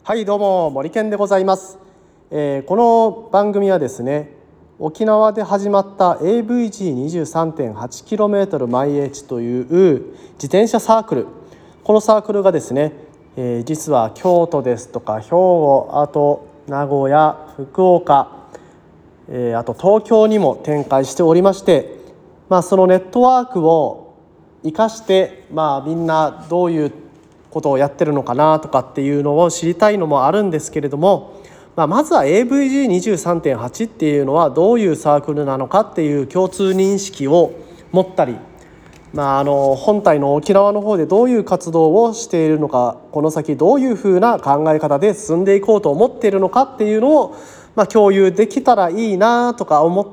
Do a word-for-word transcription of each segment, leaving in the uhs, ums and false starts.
はいどうも森健でございます、えー、この番組はですね沖縄で始まった エーブイジーにじゅうさんてんはちキロメートル 毎日という自転車サークル、このサークルがですね、えー、実は京都ですとか兵庫、あと名古屋、福岡、えー、あと東京にも展開しておりまして、まあ、そのネットワークを生かして、まあ、みんなどういうことをやってるのかなとかっていうのを知りたいのもあるんですけれども、まあ、まずは エーブイジーにじゅうさんてんはち っていうのはどういうサークルなのかっていう共通認識を持ったり、まあ、あの本体の沖縄の方でどういう活動をしているのか、この先どういうふうな考え方で進んでいこうと思っているのかっていうのを、まあ、共有できたらいいなとか思って、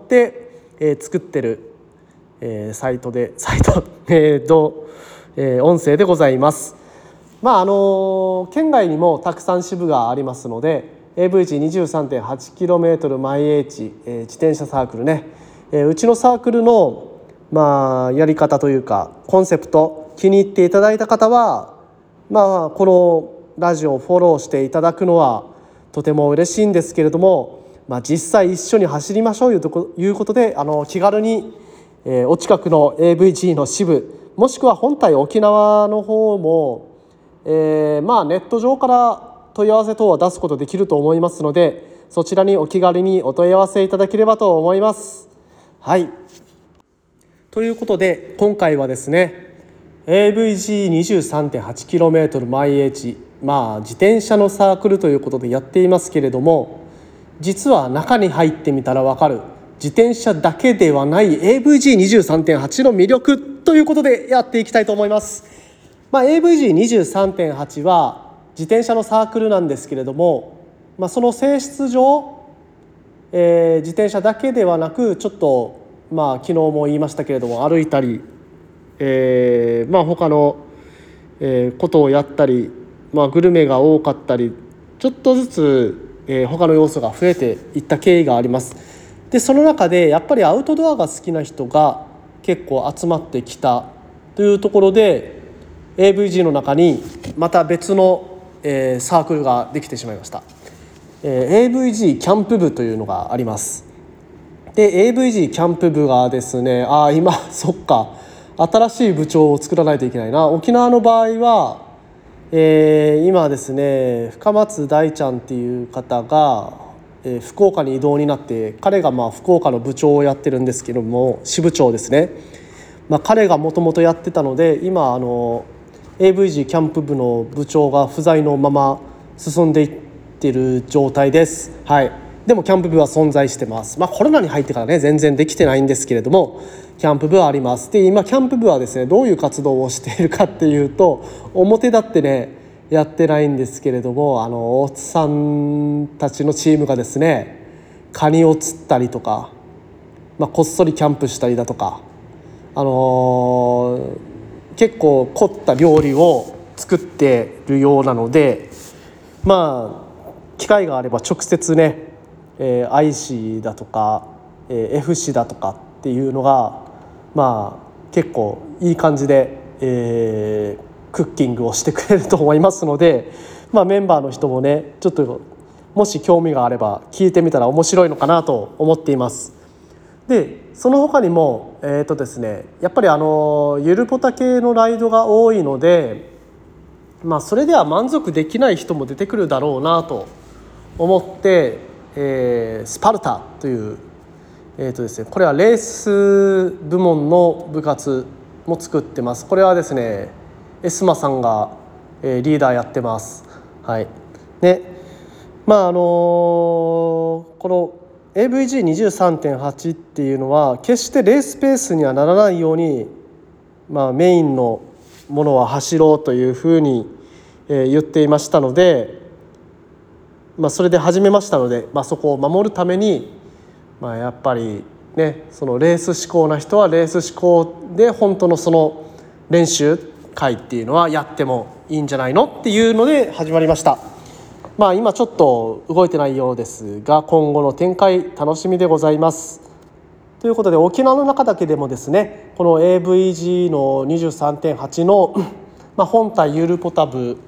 えー、作ってる、えー、サイトでサイト、えーとえー、音声でございます。まああの県外にもたくさん支部がありますので エーブイジーにじゅうさんてんはちキロメートル 毎日、えー、自転車サークルね、えー、うちのサークルの、まあ、やり方というかコンセプト気に入っていただいた方は、まあ、このラジオをフォローしていただくのはとても嬉しいんですけれども、まあ、実際一緒に走りましょうということであの気軽に、えー、お近くの エーブイジー の支部もしくは本体沖縄の方もえー、まあネット上から問い合わせ等は出すことできると思いますので、そちらにお気軽にお問い合わせいただければと思います。はい。ということで今回はですね エーブイジーにじゅうさんてんはちキロメートル 毎日、まあ自転車のサークルということでやっていますけれども、実は中に入ってみたらわかる自転車だけではない エーブイジーにじゅうさんてんはち の魅力ということでやっていきたいと思います。まあ、エーブイジーにじゅうさんてんはち は自転車のサークルなんですけれども、まあ、その性質上、えー、自転車だけではなくちょっと、まあ、昨日も言いましたけれども歩いたり、えーまあ、他の、えー、ことをやったり、まあ、グルメが多かったりちょっとずつ、えー、他の要素が増えていった経緯があります。でその中でやっぱりアウトドアが好きな人が結構集まってきたというところでエーブイジー の中にまた別の、えー、サークルができてしまいました、えー、エーブイジー キャンプ部というのがあります。で エーブイジー キャンプ部がですねあ今そっか新しい部長を作らないといけないな。沖縄の場合は、えー、今ですね深松大ちゃんっていう方が、えー、福岡に異動になって彼がまあ福岡の部長をやってるんですけども支部長ですね、まあ、彼がもともとやってたので今あのエーブイジー キャンプ部の部長が不在のまま進んでいっている状態です。はい。でもキャンプ部は存在してます。まあコロナに入ってからね全然できてないんですけれどもキャンプ部はあります。で今キャンプ部はですねどういう活動をしているかっていうと表立ってねやってないんですけれどもあのおっさんたちのチームがですねカニを釣ったりとか、まあ、こっそりキャンプしたりだとかあのー結構凝った料理を作っているようなので、まあ機会があれば直接ね、えー、愛市だとか、えー、F 市だとかっていうのがまあ結構いい感じで、えー、クッキングをしてくれると思いますので、まあ、メンバーの人もねちょっともし興味があれば聞いてみたら面白いのかなと思っています。でその他にも、えーとですね、やっぱりあのゆるポタ系のライドが多いので、まあ、それでは満足できない人も出てくるだろうなと思って、えー、スパルタという、えーとですね、これはレース部門の部活も作ってます。これはですねエスマさんが、えー、リーダーやってます。はい。でまああのー、このエーブイジーにじゅうさんてんはち っていうのは決してレースペースにはならないように、まあ、メインのものは走ろうというふうに言っていましたので、まあ、それで始めましたので、まあ、そこを守るために、まあ、やっぱりねそのレース志向な人はレース志向で本当のその練習会っていうのはやってもいいんじゃないのっていうので始まりました。まあ、今ちょっと動いてないようですが今後の展開楽しみでございます。ということで沖縄の中だけでもですねこの エーブイジー の にじゅうさんてんはち の、まあ、本体ゆるポタ部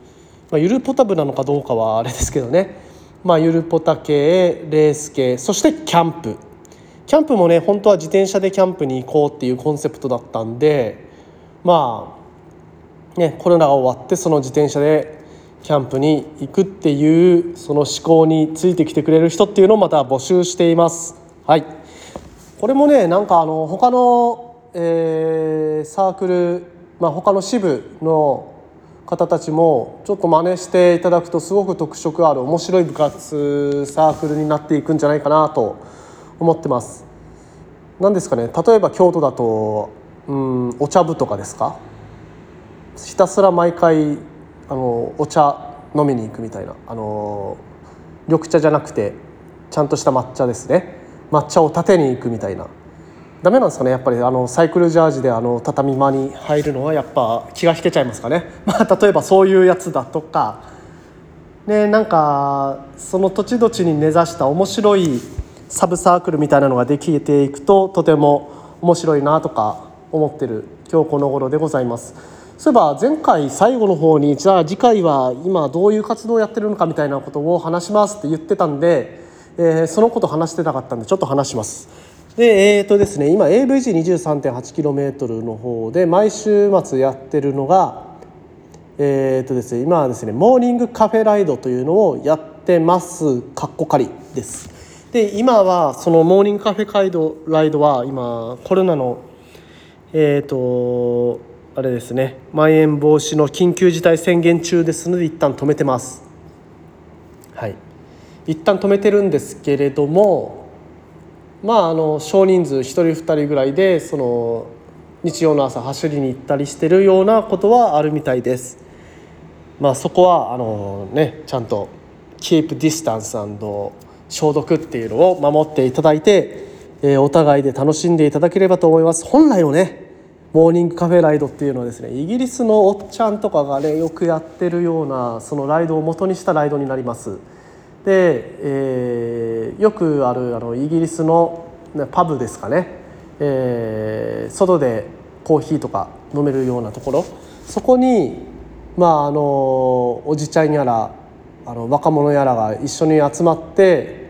まあ、ゆるポタ部なのかどうかはあれですけどね、まあ、ゆるポタ系、レース系、そしてキャンプキャンプもね本当は自転車でキャンプに行こうっていうコンセプトだったんで、まあねコロナが終わってその自転車でキャンプに行くっていうその思考についてきてくれる人っていうのをまた募集しています。はい、これもねなんかあの他の、えー、サークル、まあ、他の支部の方たちもちょっと真似していただくとすごく特色ある面白い部活サークルになっていくんじゃないかなと思ってます。何ですかね、例えば京都だと、うん、お茶部とかですか、ひたすら毎回あのお茶飲みに行くみたいな、あの緑茶じゃなくてちゃんとした抹茶ですね、抹茶を立てに行くみたいな。ダメなんですかねやっぱりあのサイクルジャージであの畳間に入るのはやっぱ気が引けちゃいますかね。まあ例えばそういうやつだとかね、なんかその土地土地に根ざした面白いサブサークルみたいなのができていくととても面白いなとか思ってる今日この頃でございます。そういえば前回最後の方にじゃあ次回は今どういう活動をやってるのかみたいなことを話しますって言ってたんで、えー、そのこと話してなかったんでちょっと話します。でえーとですね、今 エーブイジーにじゅうさんてんはちキロメートル の方で毎週末やってるのが、えーとですね、今はですねモーニングカフェライドというのをやってますかっこ仮です。で今はそのモーニングカフェライドライドは今コロナのえーとあれですねまん延防止の緊急事態宣言中ですので一旦止めてます。はい一旦止めてるんですけれども、まああの少人数ひとりふたりぐらいでその日曜の朝走りに行ったりしてるようなことはあるみたいです。まあそこはあのねちゃんとキープディスタンス&消毒っていうのを守っていただいて、えー、お互いで楽しんでいただければと思います。本来のねモーニングカフェライドっていうのはですねイギリスのおっちゃんとかがねよくやってるようなそのライドを元にしたライドになります。で、えー、よくあるあのイギリスのパブですかね、えー、外でコーヒーとか飲めるようなところ、そこにまああのおじちゃんやらあの若者やらが一緒に集まって、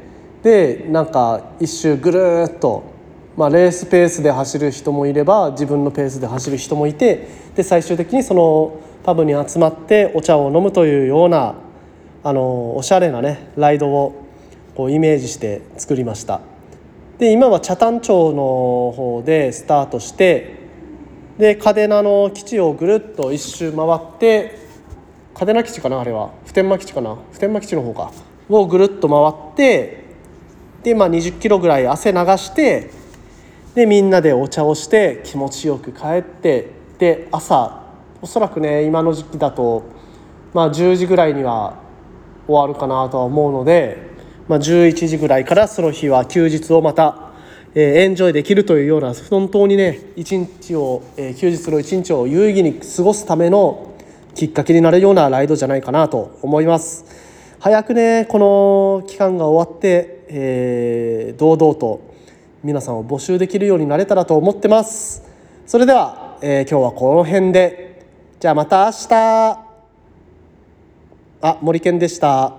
でなんか一周ぐるっと、まあ、レースペースで走る人もいれば自分のペースで走る人もいて、で最終的にそのパブに集まってお茶を飲むというようなあのおしゃれなねライドをこうイメージして作りました。で今は北谷町の方でスタートして、で嘉手納の基地をぐるっと一周回って、嘉手納基地かなあれは普天間基地かな普天間基地の方かをぐるっと回って、で、まあ、にじゅっキロぐらい汗流して、でみんなでお茶をして気持ちよく帰って、で朝おそらくね今の時期だと、まあ、じゅうじぐらいには終わるかなとは思うので、まあ、じゅういちじぐらいからその日は休日をまた、えー、エンジョイできるというような本当にね一日を、えー、休日の一日を有意義に過ごすためのきっかけになるようなライドじゃないかなと思います。早くねこの期間が終わって、えー、堂々と皆さんを募集できるようになれたらと思ってます。それでは、えー、今日はこの辺で、じゃあまた明日。あ、森健でした。